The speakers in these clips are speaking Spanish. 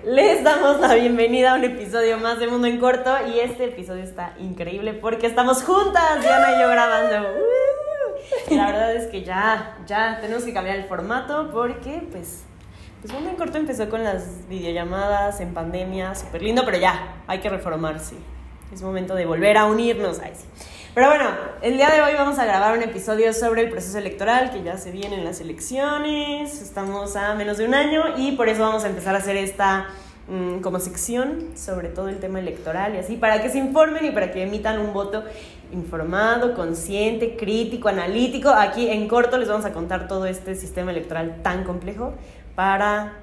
Les damos la bienvenida a un episodio más de Mundo en Corto y este episodio está increíble porque estamos juntas, Diana y yo grabando. Y la verdad es que ya tenemos que cambiar el formato porque pues Mundo en Corto empezó con las videollamadas en pandemia, súper lindo, pero ya, hay que reformarse. Es momento de volver a unirnos. Ay, sí. Pero bueno, el día de hoy vamos a grabar un episodio sobre el proceso electoral, que ya se vienen las elecciones, estamos a menos de un año y por eso vamos a empezar a hacer esta como sección sobre todo el tema electoral y así, para que se informen y para que emitan un voto informado, consciente, crítico, analítico. Aquí en corto les vamos a contar todo este sistema electoral tan complejo para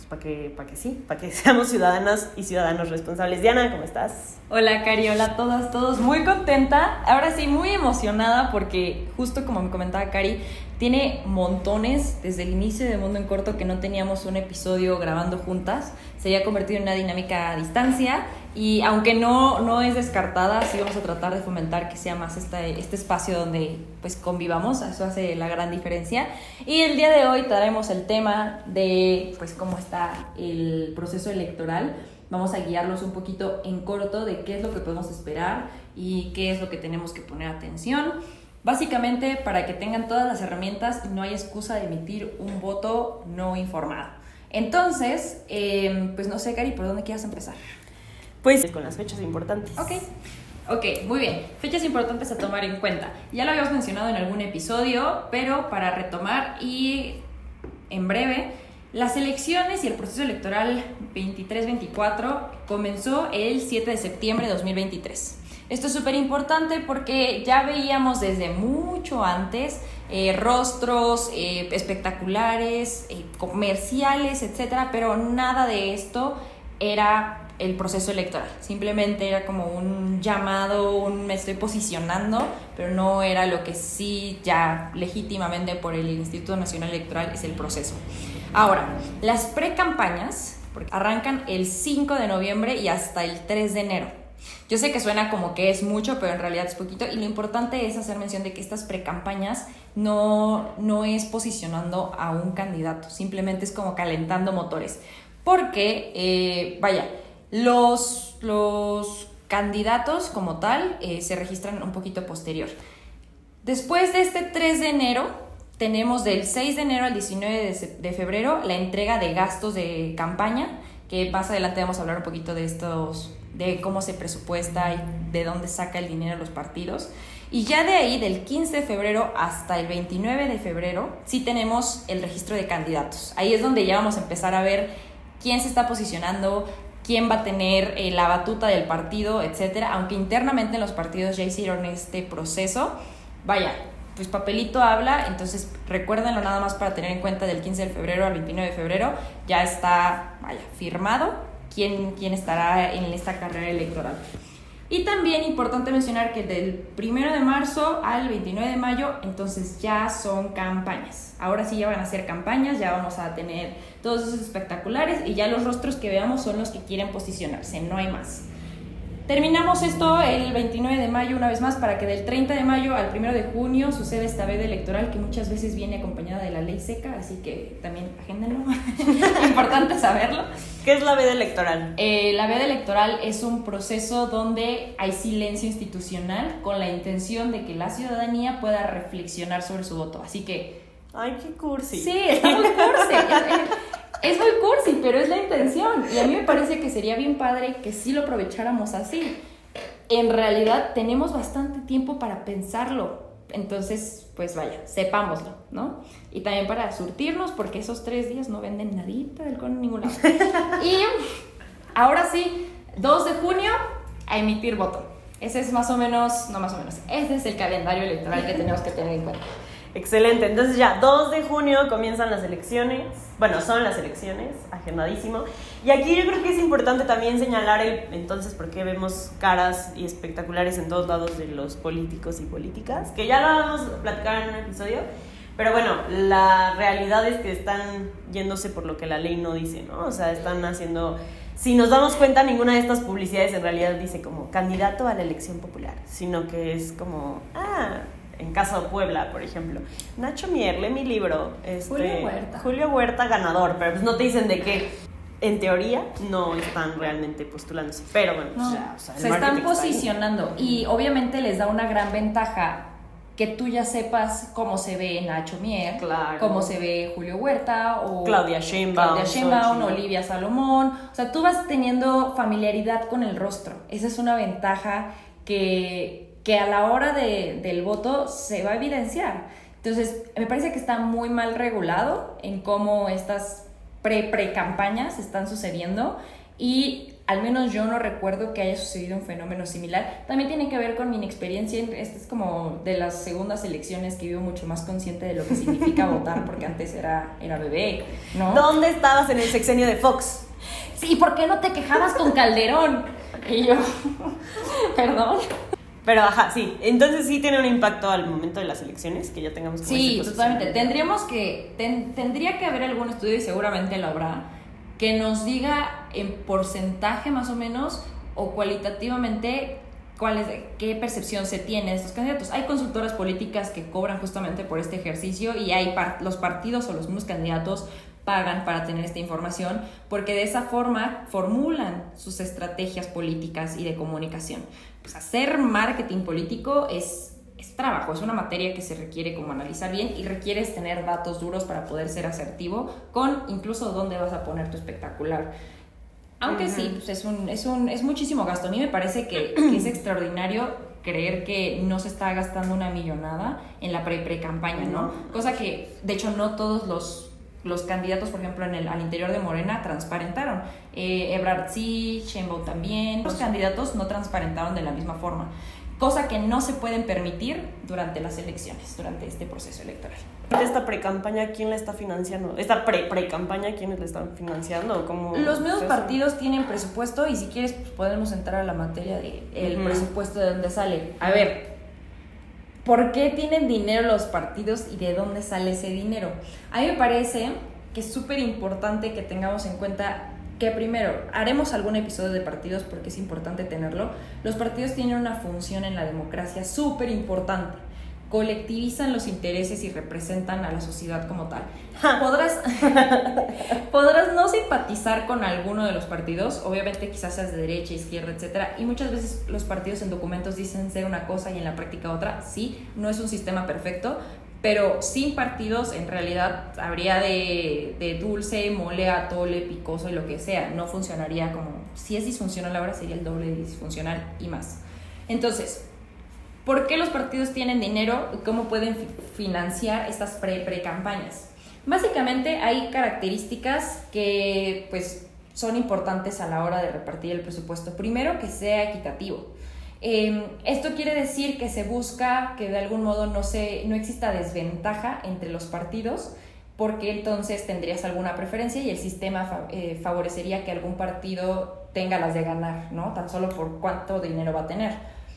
que seamos ciudadanas y ciudadanos responsables. Diana, ¿cómo estás? Hola, Cari, hola a todas, todos. Muy contenta, ahora sí, muy emocionada porque justo como me comentaba Cari, tiene montones desde el inicio de Mundo en Corto que no teníamos un episodio grabando juntas. Se había convertido en una dinámica a distancia y aunque no es descartada, sí vamos a tratar de fomentar que sea más este espacio donde pues convivamos. Eso hace la gran diferencia. Y el día de hoy traemos el tema de pues cómo está el proceso electoral. Vamos a guiarlos un poquito en corto de qué es lo que podemos esperar y qué es lo que tenemos que poner atención. Básicamente para que tengan todas las herramientas y no hay excusa de emitir un voto no informado. Entonces, pues no sé, Cari, ¿por dónde quieras empezar? Pues con las fechas importantes. Ok, muy bien. Fechas importantes a tomar en cuenta. Ya lo habíamos mencionado en algún episodio, pero para retomar y en breve, las elecciones y el proceso electoral 23-24 comenzó el 7 de septiembre de 2023. Esto es súper importante porque ya veíamos desde mucho antes rostros espectaculares, comerciales, etcétera, pero nada de esto era el proceso electoral. Simplemente era como un llamado, me estoy posicionando, pero no era lo que sí ya legítimamente por el Instituto Nacional Electoral es el proceso. Ahora, las precampañas arrancan el 5 de noviembre y hasta el 3 de enero. Yo sé que suena como que es mucho, pero en realidad es poquito, y lo importante es hacer mención de que estas precampañas no es posicionando a un candidato, simplemente es como calentando motores, porque los candidatos como tal se registran un poquito posterior. Después de este 3 de enero, tenemos del 6 de enero al 19 de febrero la entrega de gastos de campaña, que más adelante vamos a hablar un poquito de de cómo se presupuesta y de dónde saca el dinero los partidos. Y ya de ahí, del 15 de febrero hasta el 29 de febrero, sí tenemos el registro de candidatos. Ahí es donde ya vamos a empezar a ver quién se está posicionando, quién va a tener la batuta del partido, etcétera. Aunque internamente en los partidos ya hicieron este proceso, pues papelito habla, entonces recuérdenlo nada más para tener en cuenta del 15 de febrero al 29 de febrero, ya está, firmado quién estará en esta carrera electoral. Y también importante mencionar que del 1 de marzo al 29 de mayo, entonces ya son campañas. Ahora sí ya van a ser campañas, ya vamos a tener todos esos espectaculares y ya los rostros que veamos son los que quieren posicionarse, no hay más. Terminamos esto el 29 de mayo una vez más para que del 30 de mayo al 1 de junio suceda esta veda electoral que muchas veces viene acompañada de la ley seca, así que también agéndenlo. Importante saberlo. ¿Qué es la veda electoral? La veda electoral es un proceso donde hay silencio institucional con la intención de que la ciudadanía pueda reflexionar sobre su voto. Así que... ¡Ay, qué cursi! Sí, está muy cursi. Es muy cursi, pero es la intención. Y a mí me parece que sería bien padre que sí lo aprovecháramos así. En realidad tenemos bastante tiempo para pensarlo. Entonces, pues sepámoslo, ¿no? Y también para surtirnos, porque esos 3 días no venden nadita del en ningún lado. Y ahora sí, 2 de junio, a emitir voto. Ese es ese es el calendario electoral que tenemos que tener en cuenta. Excelente, entonces ya 2 de junio comienzan las elecciones, son las elecciones, agendadísimo. Y aquí yo creo que es importante también señalar entonces por qué vemos caras y espectaculares en todos lados de los políticos y políticas, que ya lo vamos a platicar en un episodio, pero la realidad es que están yéndose por lo que la ley no dice, ¿no? O sea, están haciendo... Si nos damos cuenta, ninguna de estas publicidades en realidad dice como candidato a la elección popular, sino que es como, en caso de Puebla, por ejemplo, Nacho Mier, lee mi libro, Julio Huerta. Julio Huerta ganador, pero pues no te dicen de qué en teoría no están realmente postulándose. Pero bueno, No, ya, o sea, el se están marketing está ahí. posicionando y obviamente les da una gran ventaja que tú ya sepas cómo se ve Nacho Mier, Claro. cómo se ve Julio Huerta o Claudia Sheinbaum, Xochitl. Olivia Salomón. O sea, tú vas teniendo familiaridad con el rostro. Esa es una ventaja que a la hora del voto se va a evidenciar. Entonces, me parece que está muy mal regulado en cómo estas pre-campañas están sucediendo y al menos yo no recuerdo que haya sucedido un fenómeno similar. También tiene que ver con mi inexperiencia. Esta es como de las segundas elecciones que vivo mucho más consciente de lo que significa votar, porque antes era bebé, ¿no? ¿Dónde estabas en el sexenio de Fox? Sí, ¿por qué no te quejabas con Calderón? Y yo, perdón. Pero ajá, sí. Entonces sí tiene un impacto al momento de las elecciones, que ya tengamos como Sí, ese totalmente. posicionamiento. Tendría que haber algún estudio, y seguramente lo habrá, que nos diga en porcentaje más o menos o cualitativamente qué percepción se tiene de estos candidatos. Hay consultoras políticas que cobran justamente por este ejercicio y los partidos o los mismos candidatos pagan para tener esta información porque de esa forma formulan sus estrategias políticas y de comunicación. Pues hacer marketing político es trabajo, es una materia que se requiere como analizar bien y requieres tener datos duros para poder ser asertivo con incluso dónde vas a poner tu espectacular. Aunque sí, pues es muchísimo gasto. A mí me parece que es extraordinario creer que no se está gastando una millonada en la pre-campaña, ¿no? Cosa que, de hecho, no todos los candidatos, por ejemplo, al interior de Morena transparentaron. Ebrard sí, Sheinbaum también. Los candidatos no transparentaron de la misma forma. Cosa que no se pueden permitir durante las elecciones, durante este proceso electoral. ¿Esta pre-campaña quién la está financiando? ¿Esta pre-campaña quiénes la están financiando? ¿Cómo los mismos es eso? partidos tienen presupuesto y si quieres pues, podemos entrar a la materia del presupuesto de dónde sale. A ver, ¿por qué tienen dinero los partidos y de dónde sale ese dinero? A mí me parece que es súper importante que tengamos en cuenta que primero, haremos algún episodio de partidos porque es importante tenerlo. Los partidos tienen una función en la democracia súper importante. Colectivizan los intereses y representan a la sociedad como tal. Podrás no simpatizar con alguno de los partidos, obviamente quizás seas de derecha, izquierda, etcétera, y muchas veces los partidos en documentos dicen ser una cosa y en la práctica otra. Sí, no es un sistema perfecto, pero sin partidos en realidad habría de dulce, mole, atole, picoso y lo que sea. No funcionaría como... Si es disfuncional ahora sería el doble de disfuncional y más. Entonces, ¿por qué los partidos tienen dinero y cómo pueden financiar estas pre-campañas? Básicamente hay características que pues, son importantes a la hora de repartir el presupuesto. Primero, que sea equitativo. Esto quiere decir que se busca que de algún modo no exista desventaja entre los partidos, porque entonces tendrías alguna preferencia y el sistema favorecería que algún partido tenga las de ganar, ¿no? Tan solo por cuánto dinero va a tener.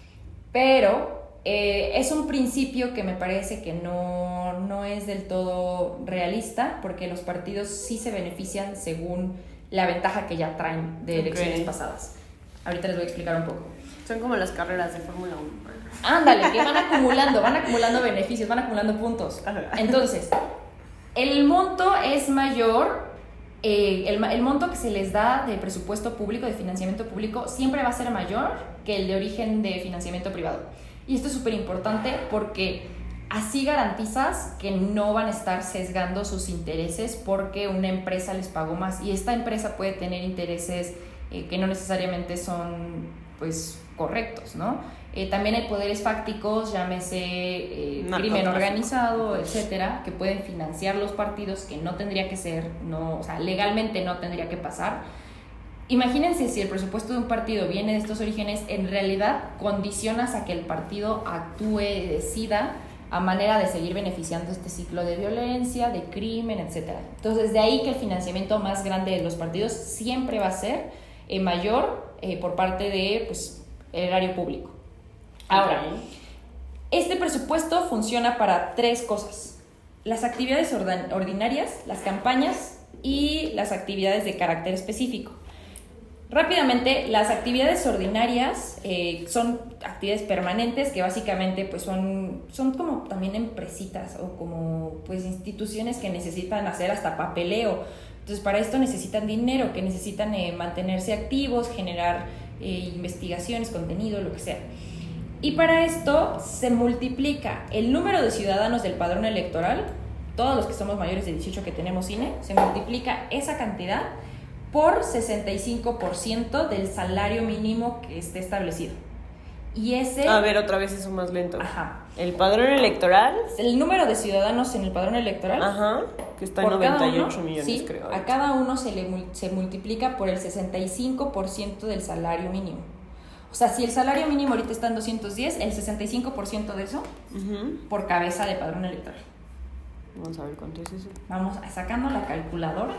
Pero es un principio que me parece que no es del todo realista, porque los partidos sí se benefician según la ventaja que ya traen de elecciones pasadas. Ahorita les voy a explicar un poco. Son como las carreras de Fórmula 1. Ándale, que van acumulando beneficios, van acumulando puntos. Entonces, el monto es mayor, el monto que se les da de presupuesto público, de financiamiento público, siempre va a ser mayor que el de origen de financiamiento privado. Y esto es súper importante porque así garantizas que no van a estar sesgando sus intereses porque una empresa les pagó más. Y esta empresa puede tener intereses que no necesariamente son pues correctos, ¿no? También hay poderes fácticos, llámese crimen organizado, etcétera, que pueden financiar los partidos, que no tendría que ser, o sea, legalmente no tendría que pasar. Imagínense si el presupuesto de un partido viene de estos orígenes, en realidad condicionas a que el partido actúe y decida a manera de seguir beneficiando este ciclo de violencia, de crimen, etcétera. Entonces, de ahí que el financiamiento más grande de los partidos siempre va a ser mayor por parte de pues, el erario público. Ahora, este presupuesto funciona para tres cosas: las actividades ordinarias, las campañas y las actividades de carácter específico. Rápidamente, las actividades ordinarias son actividades permanentes que básicamente pues, son como también empresitas o como pues, instituciones que necesitan hacer hasta papeleo Entonces, para esto necesitan dinero, que necesitan mantenerse activos, generar investigaciones, contenido, lo que sea. Y para esto se multiplica el número de ciudadanos del padrón electoral, todos los que somos mayores de 18 que tenemos INE, se multiplica esa cantidad por 65% del salario mínimo que esté establecido. Y ese... A ver, otra vez eso más lento. Ajá. El padrón electoral... El número de ciudadanos en el padrón electoral... Ajá, que está en 98 millones, sí, creo. A cada uno se multiplica por el 65% del salario mínimo. O sea, si el salario mínimo ahorita está en 210, el 65% de eso por cabeza de padrón electoral. Vamos a ver cuánto es eso. Vamos sacando la calculadora.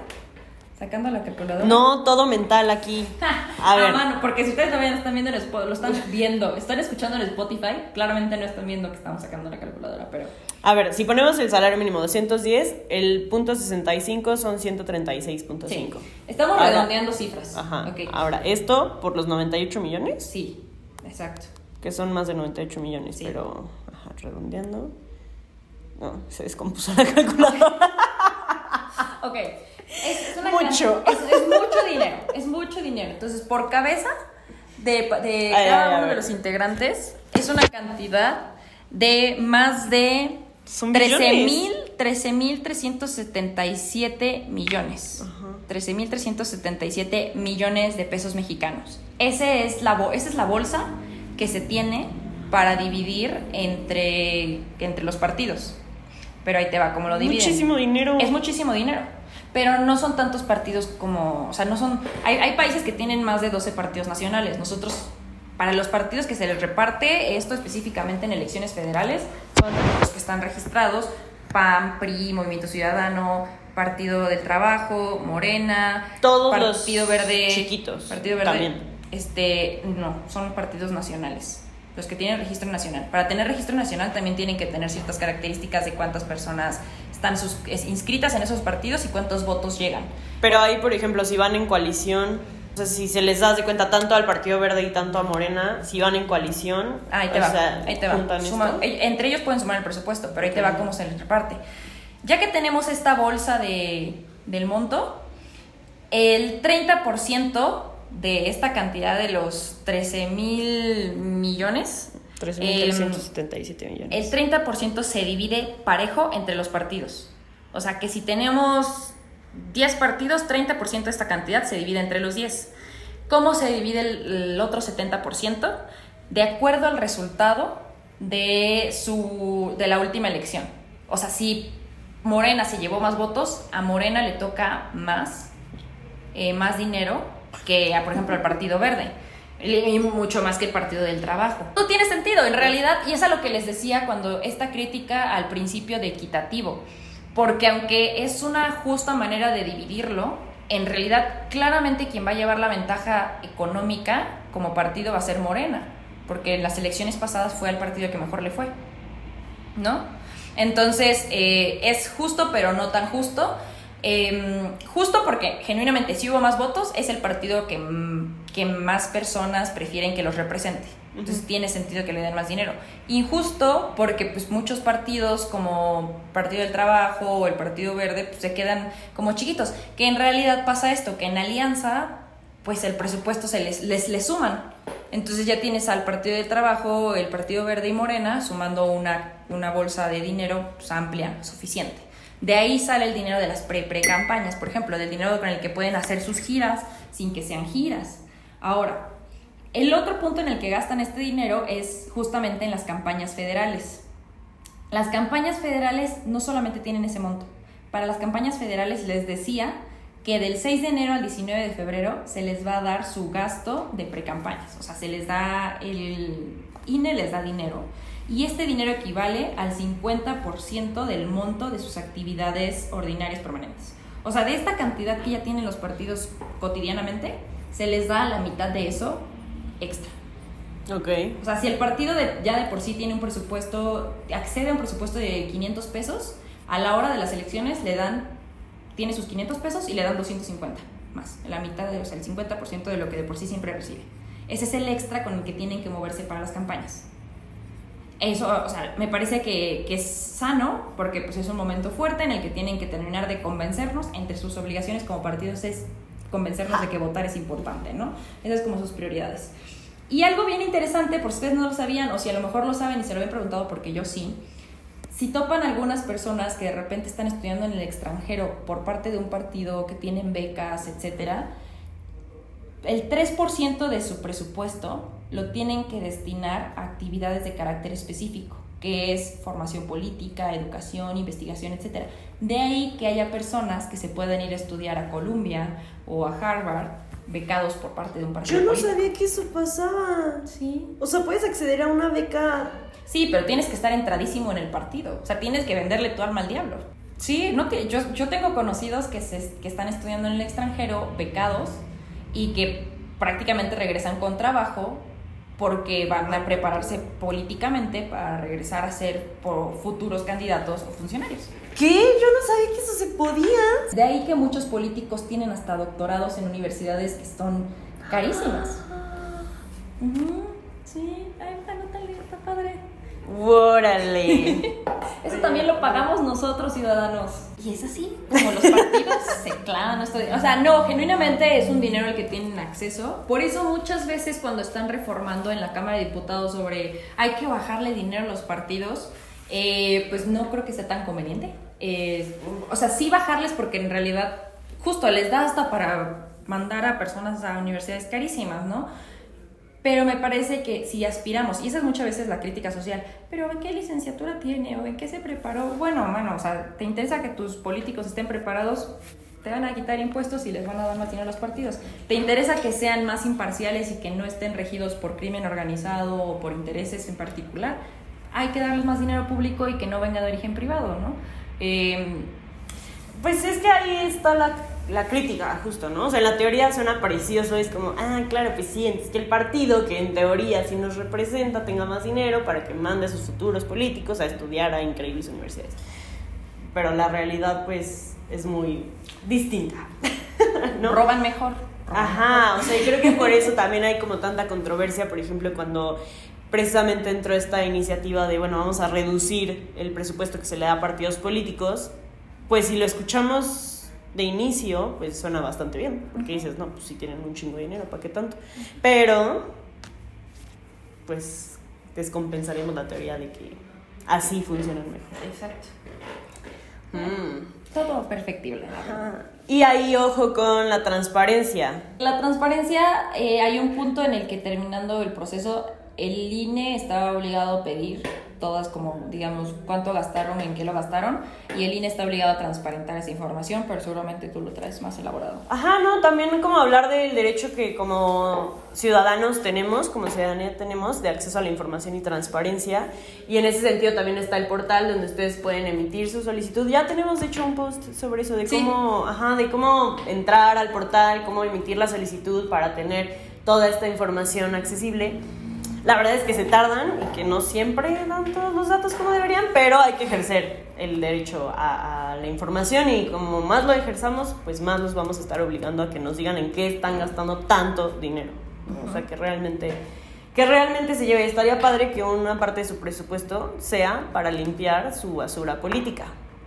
No, todo mental aquí. A ver. Mano, porque si ustedes todavía no están viendo, lo están viendo, están escuchando en Spotify, claramente no están viendo que estamos sacando la calculadora, pero... A ver, si ponemos el salario mínimo 210, el punto 65 son 136.5. Sí. Estamos redondeando cifras. Ajá. Okay. Ahora, ¿esto por los 98 millones? Sí, exacto. Que son más de 98 millones, sí. Pero... Ajá, redondeando... No, se descompuso la calculadora. Ok. Es una mucho. Es mucho dinero. Entonces, por cabeza de cada uno de los integrantes, es una cantidad de más de 13,377 millones. 13,377 millones de pesos mexicanos. Esa es la bolsa que se tiene para dividir entre los partidos. Pero ahí te va, ¿cómo lo dividen? Muchísimo dinero. Es muchísimo dinero. Pero no son tantos partidos como... O sea, no son... Hay países que tienen más de 12 partidos nacionales. Nosotros, para los partidos que se les reparte, esto específicamente en elecciones federales, son los que están registrados: PAN, PRI, Movimiento Ciudadano, Partido del Trabajo, Morena... Todos Partido los Verde... chiquitos. Partido Verde... También. No, son partidos nacionales. Los que tienen registro nacional. Para tener registro nacional también tienen que tener ciertas características de cuántas personas están inscritas en esos partidos y cuántos votos llegan. Pero ahí, por ejemplo, si van en coalición, o sea, si se les da de cuenta tanto al Partido Verde y tanto a Morena, si van en coalición, ahí te va. Entre ellos pueden sumar el presupuesto, pero ahí te va cómo se les reparte. Ya que tenemos esta bolsa del monto, el 30% de esta cantidad de los 13,000 millones... 13,377 millones. El 30% se divide parejo entre los partidos. O sea que si tenemos 10 partidos, 30% de esta cantidad se divide entre los 10. ¿Cómo se divide el otro 70%? De acuerdo al resultado de la última elección. O sea, si Morena se llevó más votos, a Morena le toca más dinero que, por ejemplo, al Partido Verde. Y mucho más que el Partido del Trabajo. No tiene sentido, en realidad, y es a lo que les decía cuando esta crítica al principio de equitativo, porque aunque es una justa manera de dividirlo, en realidad claramente quien va a llevar la ventaja económica como partido va a ser Morena, porque en las elecciones pasadas fue al partido que mejor le fue, ¿no? Entonces, es justo pero no tan justo. Justo porque genuinamente si hubo más votos es el partido que más personas prefieren que los represente, entonces tiene sentido que le den más dinero. Injusto porque pues muchos partidos como Partido del Trabajo o el Partido Verde pues, se quedan como chiquitos, que en realidad pasa esto, que en alianza pues el presupuesto se les suman, entonces ya tienes al Partido del Trabajo, el Partido Verde y Morena sumando una bolsa de dinero pues, amplia, suficiente. De ahí sale el dinero de las pre-campañas, por ejemplo, del dinero con el que pueden hacer sus giras sin que sean giras. Ahora, el otro punto en el que gastan este dinero es justamente en las campañas federales. Las campañas federales no solamente tienen ese monto. Para las campañas federales les decía que del 6 de enero al 19 de febrero se les va a dar su gasto de pre-campañas. O sea, se les da el INE les da dinero. Y este dinero equivale al 50% del monto de sus actividades ordinarias permanentes. O sea, de esta cantidad que ya tienen los partidos cotidianamente, se les da la mitad de eso extra. Ok. O sea, si el partido ya de por sí tiene un presupuesto, accede a un presupuesto de 500 pesos, a la hora de las elecciones tiene sus 500 pesos y le dan 250 más. La mitad, o sea, el 50% de lo que de por sí siempre recibe. Ese es el extra con el que tienen que moverse para las campañas. Eso, o sea, me parece que es sano, porque pues es un momento fuerte en el que tienen que terminar de convencernos. Entre sus obligaciones como partidos es convencernos de que votar es importante, ¿no? Esas como sus prioridades. Y algo bien interesante, por si ustedes no lo sabían, o si a lo mejor lo saben y se lo habían preguntado porque yo sí, si topan algunas personas que de repente están estudiando en el extranjero por parte de un partido, que tienen becas, etcétera, el 3% de su presupuesto lo tienen que destinar a actividades de carácter específico, que es formación política, educación, investigación, etc. De ahí que haya personas que se puedan ir a estudiar a Columbia o a Harvard, becados por parte de un partido político. Yo no sabía que eso pasaba. Sí. O sea, puedes acceder a una beca. Sí, pero tienes que estar entradísimo en el partido. O sea, tienes que venderle tu alma al diablo. Sí, no que yo tengo conocidos que están estudiando en el extranjero, becados, y que prácticamente regresan con trabajo porque van a prepararse políticamente para regresar a ser futuros candidatos o funcionarios. ¿Qué? Yo no sabía que eso se podía. De ahí que muchos políticos tienen hasta doctorados en universidades que son carísimas. Sí, anótale, está padre. ¡Órale! Eso también lo pagamos nosotros, ciudadanos. Y es así, como los partidos se clavan esto. O sea, no, genuinamente es un dinero al que tienen acceso. Por eso muchas veces cuando están reformando en la Cámara de Diputados sobre hay que bajarle dinero a los partidos, pues no creo que sea tan conveniente. O sea, sí bajarles porque en realidad justo les da hasta para mandar a personas a universidades carísimas, ¿no? Pero me parece que si aspiramos, y esa es muchas veces la crítica social, pero ¿en qué licenciatura tiene? ¿O en qué se preparó? Bueno, o sea, ¿te interesa que tus políticos estén preparados? Te van a quitar impuestos y les van a dar más dinero a los partidos. ¿Te interesa que sean más imparciales y que no estén regidos por crimen organizado o por intereses en particular? Hay que darles más dinero público y que no venga de origen privado, ¿no? Pues es que ahí está la crítica, justo, ¿no? O sea, en la teoría suena parecido, es como, claro, pues sí, entonces que el partido que en teoría sí nos representa tenga más dinero para que mande a sus futuros políticos a estudiar a increíbles universidades. Pero la realidad, pues, es muy distinta, ¿no? Roban mejor. Ajá, o sea, y creo que por eso también hay como tanta controversia, por ejemplo, cuando precisamente entró esta iniciativa de, bueno, vamos a reducir el presupuesto que se le da a partidos políticos, pues si lo escuchamos de inicio, pues suena bastante bien, porque dices, no, pues sí tienen un chingo de dinero, ¿para qué tanto? Pero, pues, descompensaremos la teoría de que así funcionan mejor. Exacto. Todo perfectible, la verdad. Y ahí, ojo con la transparencia. La transparencia, hay un punto en el que terminando el proceso, el INE estaba obligado a pedir todas como, digamos, cuánto gastaron, en qué lo gastaron, y el INE está obligado a transparentar esa información, pero seguramente tú lo traes más elaborado. Ajá, no, también como hablar del derecho que como ciudadanos tenemos, como ciudadanía tenemos, de acceso a la información y transparencia, y en ese sentido también está el portal donde ustedes pueden emitir su solicitud. Ya tenemos de hecho un post sobre eso, de cómo, de cómo entrar al portal, cómo emitir la solicitud para tener toda esta información accesible. La verdad es que se tardan y que no siempre dan todos los datos como deberían, pero hay que ejercer el derecho a la información, y como más lo ejerzamos, pues más nos vamos a estar obligando a que nos digan en qué están gastando tanto dinero. O sea, que realmente se lleve. Estaría padre que una parte de su presupuesto sea para limpiar su basura política.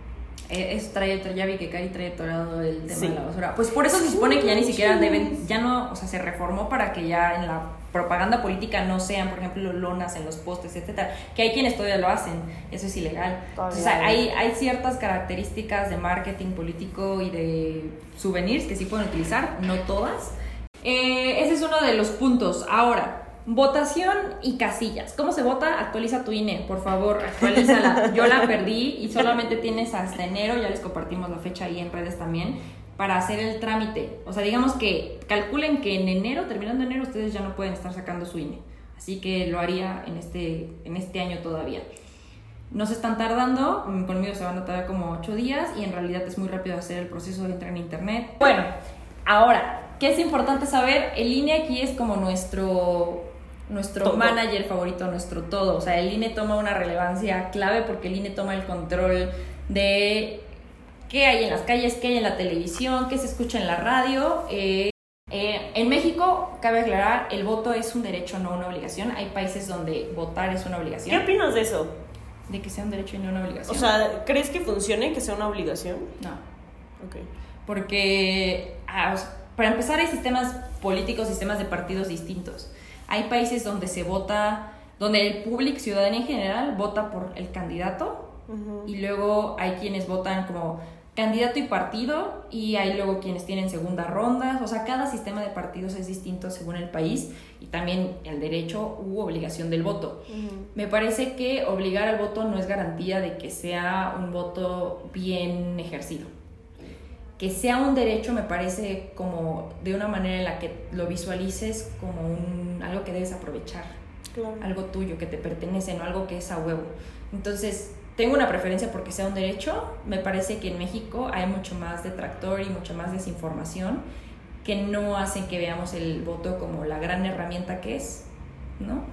Ya vi que Cari trae atorado el tema de la basura. Pues por eso se supone que ya ni siquiera deben, ya no, o sea, se reformó para que ya en la propaganda política no sean, por ejemplo, lonas en los postes, etcétera. Que hay quienes todavía lo hacen, eso es ilegal. O sea, hay ciertas características de marketing político y de souvenirs que sí pueden utilizar, no todas. Ese es uno de los puntos. Ahora, votación y casillas. ¿Cómo se vota? Actualiza tu INE, por favor, actualízala. Yo la perdí y solamente tienes hasta enero, ya les compartimos la fecha ahí en redes también, para hacer el trámite. O sea, digamos que calculen que en enero, terminando enero, ustedes ya no pueden estar sacando su INE. Así que lo haría en este año todavía. No se están tardando, conmigo se van a tardar como 8 días y en realidad es muy rápido hacer el proceso de entrar en internet. Bueno, ahora, ¿qué es importante saber? El INE aquí es como nuestro manager favorito, nuestro todo. O sea, el INE toma una relevancia clave porque el INE toma el control de qué hay en las calles, qué hay en la televisión, qué se escucha en la radio. En México, cabe aclarar, el voto es un derecho, no una obligación. Hay países donde votar es una obligación. ¿Qué opinas de eso? De que sea un derecho y no una obligación. O sea, ¿crees que funcione que sea una obligación? No. Ok. Porque, para empezar, hay sistemas políticos, sistemas de partidos distintos. Hay países donde se vota, donde el público, ciudadanía en general, vota por el candidato. Y luego hay quienes votan como candidato y partido, y hay luego quienes tienen segunda ronda. O sea, cada sistema de partidos es distinto según el país, y también el derecho u obligación del voto. Me parece que obligar al voto no es garantía de que sea un voto bien ejercido. Que sea un derecho me parece como de una manera en la que lo visualices como algo que debes aprovechar. Claro. Algo tuyo, que te pertenece, no algo que es a huevo. Entonces, tengo una preferencia porque sea un derecho. Me parece que en México hay mucho más detractor y mucha más desinformación que no hacen que veamos el voto como la gran herramienta que es, ¿no?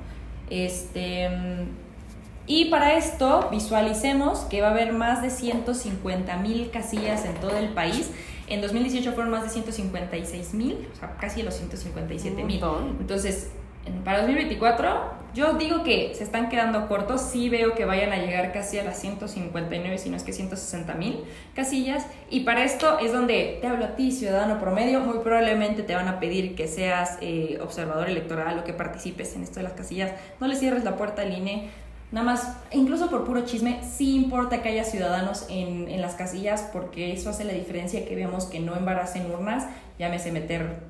Y para esto visualicemos que va a haber más de 150,000 casillas en todo el país. En 2018 fueron más de 156,000, o sea, casi los 157,000. Entonces, para 2024, yo digo que se están quedando cortos. Sí veo que vayan a llegar casi a las 159, si no es que 160,000 casillas. Y para esto es donde te hablo a ti, ciudadano promedio. Muy probablemente te van a pedir que seas observador electoral o que participes en esto de las casillas. No le cierres la puerta al INE. Nada más, incluso por puro chisme, sí importa que haya ciudadanos en las casillas, porque eso hace la diferencia, que veamos que no embaracen urnas, llámese meter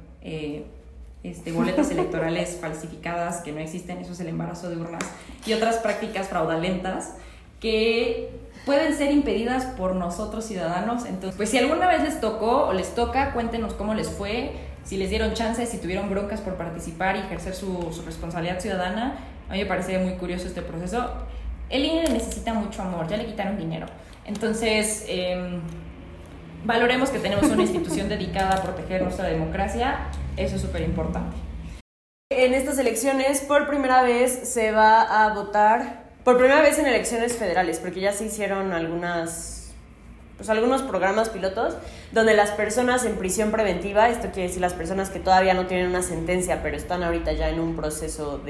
boletas electorales falsificadas que no existen, eso es el embarazo de urnas, y otras prácticas fraudulentas que pueden ser impedidas por nosotros ciudadanos. Entonces, pues si alguna vez les tocó o les toca, cuéntenos cómo les fue, si les dieron chances, si tuvieron broncas por participar y ejercer su responsabilidad ciudadana. A mí me parece muy curioso este proceso. El INE necesita mucho amor, ya le quitaron dinero. Entonces, valoremos que tenemos una institución dedicada a proteger nuestra democracia. Eso es súper importante. En estas elecciones, por primera vez se va a votar, por primera vez en elecciones federales, porque ya se hicieron algunos programas pilotos donde las personas en prisión preventiva, esto quiere decir las personas que todavía no tienen una sentencia, pero están ahorita ya en un proceso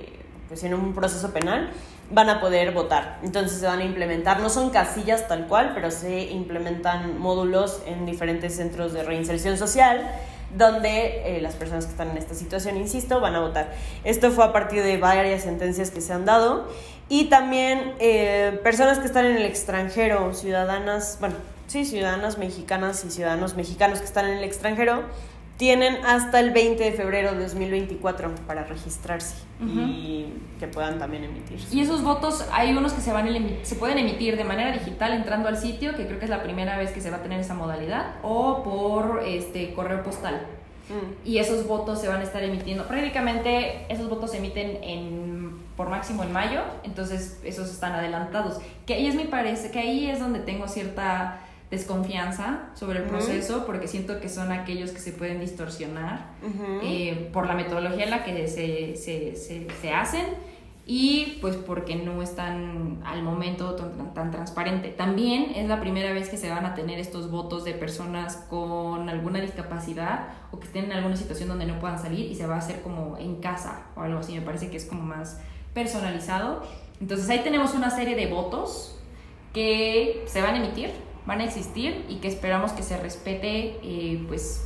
penal, van a poder votar. Entonces se van a implementar, no son casillas tal cual, pero se implementan módulos en diferentes centros de reinserción social, donde las personas que están en esta situación, insisto, van a votar. Esto fue a partir de varias sentencias que se han dado, y también personas que están en el extranjero, ciudadanas mexicanas y ciudadanos mexicanos que están en el extranjero, tienen hasta el 20 de febrero de 2024 para registrarse y que puedan también emitir. Y esos votos, hay unos que se pueden emitir de manera digital entrando al sitio, que creo que es la primera vez que se va a tener esa modalidad, o por correo postal. Y esos votos se van a estar emitiendo. Prácticamente esos votos se emiten por máximo en mayo, entonces esos están adelantados. Que ahí es donde tengo cierta desconfianza sobre el proceso, porque siento que son aquellos que se pueden distorsionar por la metodología en la que se hacen, y pues porque no están al momento tan transparente. También es la primera vez que se van a tener estos votos de personas con alguna discapacidad o que estén en alguna situación donde no puedan salir, y se va a hacer como en casa o algo así. Me parece que es como más personalizado. Entonces ahí tenemos una serie de votos que se van a emitir, van a existir, y que esperamos que se respete pues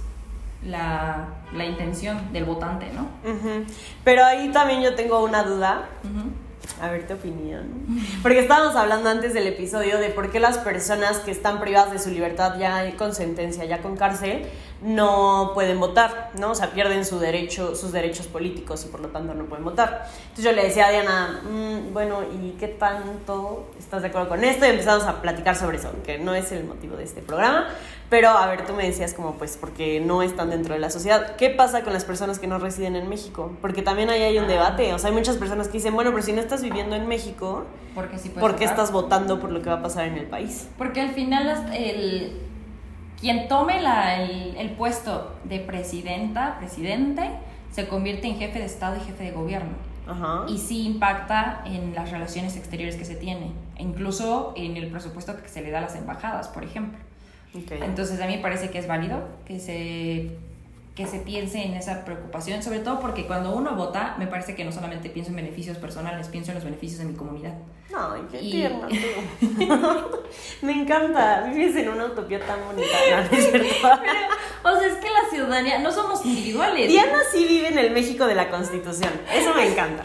la intención del votante, ¿no? Pero ahí también yo tengo una duda. A ver tu opinión. Porque estábamos hablando antes del episodio de por qué las personas que están privadas de su libertad ya con sentencia, ya con cárcel, no pueden votar, ¿no? O sea, pierden sus derechos políticos y por lo tanto no pueden votar. Entonces yo le decía a Diana, bueno, ¿y qué tanto estás de acuerdo con esto? Y empezamos a platicar sobre eso, que no es el motivo de este programa. Pero, a ver, tú me decías como, pues, porque no están dentro de la sociedad. ¿Qué pasa con las personas que no residen en México? Porque también ahí hay un debate. O sea, hay muchas personas que dicen, bueno, pero si no estás viviendo en México, ¿por qué estás votando por lo que va a pasar en el país? Porque al final quien tome el puesto de presidente, se convierte en jefe de Estado y jefe de gobierno. Y sí impacta en las relaciones exteriores que se tiene, e incluso en el presupuesto que se le da a las embajadas, por ejemplo. Entonces a mí me parece que es válido que se que se piense en esa preocupación, sobre todo porque cuando uno vota, me parece que no solamente pienso en beneficios personales, pienso en los beneficios de mi comunidad. Ay, qué tierna tú. Me encanta, vives en una utopía tan bonita, ¿no es cierto? Pero, o sea, es que la ciudadanía, no somos individuales. Diana sí vive en el México de la Constitución, eso me encanta.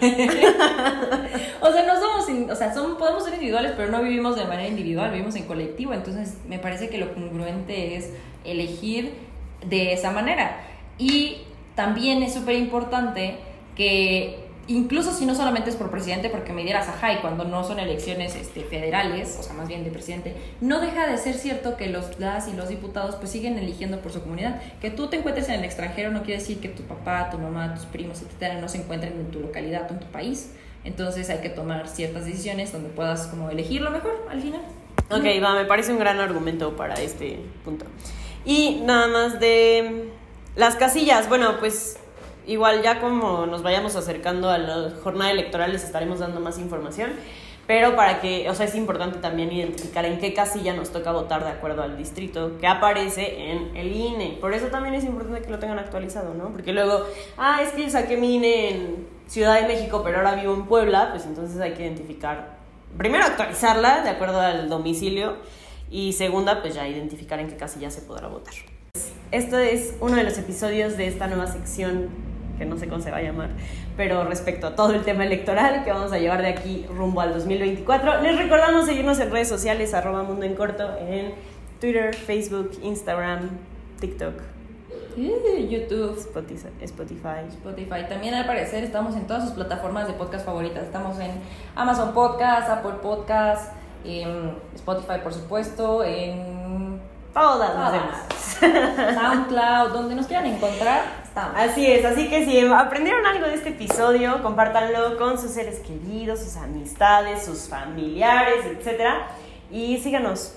O sea, no somos, podemos ser individuales, pero no vivimos de manera individual, vivimos en colectivo, entonces me parece que lo congruente es elegir de esa manera. Y también es súper importante que, incluso si no solamente es por presidente, porque me dieras ajá, y cuando no son elecciones federales, o sea, más bien de presidente, no deja de ser cierto que las y los diputados pues siguen eligiendo por su comunidad. Que tú te encuentres en el extranjero no quiere decir que tu papá, tu mamá, tus primos, etcétera, no se encuentren en tu localidad o en tu país. Entonces hay que tomar ciertas decisiones donde puedas como elegir lo mejor al final. Ok, me parece un gran argumento para este punto. Y nada más de las casillas, bueno, pues igual ya como nos vayamos acercando a la jornada electoral les estaremos dando más información, pero para que, o sea, es importante también identificar en qué casilla nos toca votar de acuerdo al distrito que aparece en el INE. Por eso también es importante que lo tengan actualizado, ¿no? Porque luego, es que yo saqué mi INE en Ciudad de México, pero ahora vivo en Puebla, pues entonces hay que identificar, primero actualizarla de acuerdo al domicilio y segunda, pues ya identificar en qué casilla se podrá votar. Esto es uno de los episodios de esta nueva sección que no sé cómo se va a llamar, pero respecto a todo el tema electoral que vamos a llevar de aquí rumbo al 2024. Les recordamos seguirnos en redes sociales, @Mundo en Corto, en Twitter, Facebook, Instagram, TikTok, YouTube, Spotify. También al parecer estamos en todas sus plataformas de podcast favoritas. Estamos en Amazon Podcast, Apple Podcast, Spotify por supuesto, en todas las demás. SoundCloud, donde nos quieran encontrar, estamos. Así es, así que si aprendieron algo de este episodio, compártanlo con sus seres queridos, sus amistades, sus familiares, etcétera, y síganos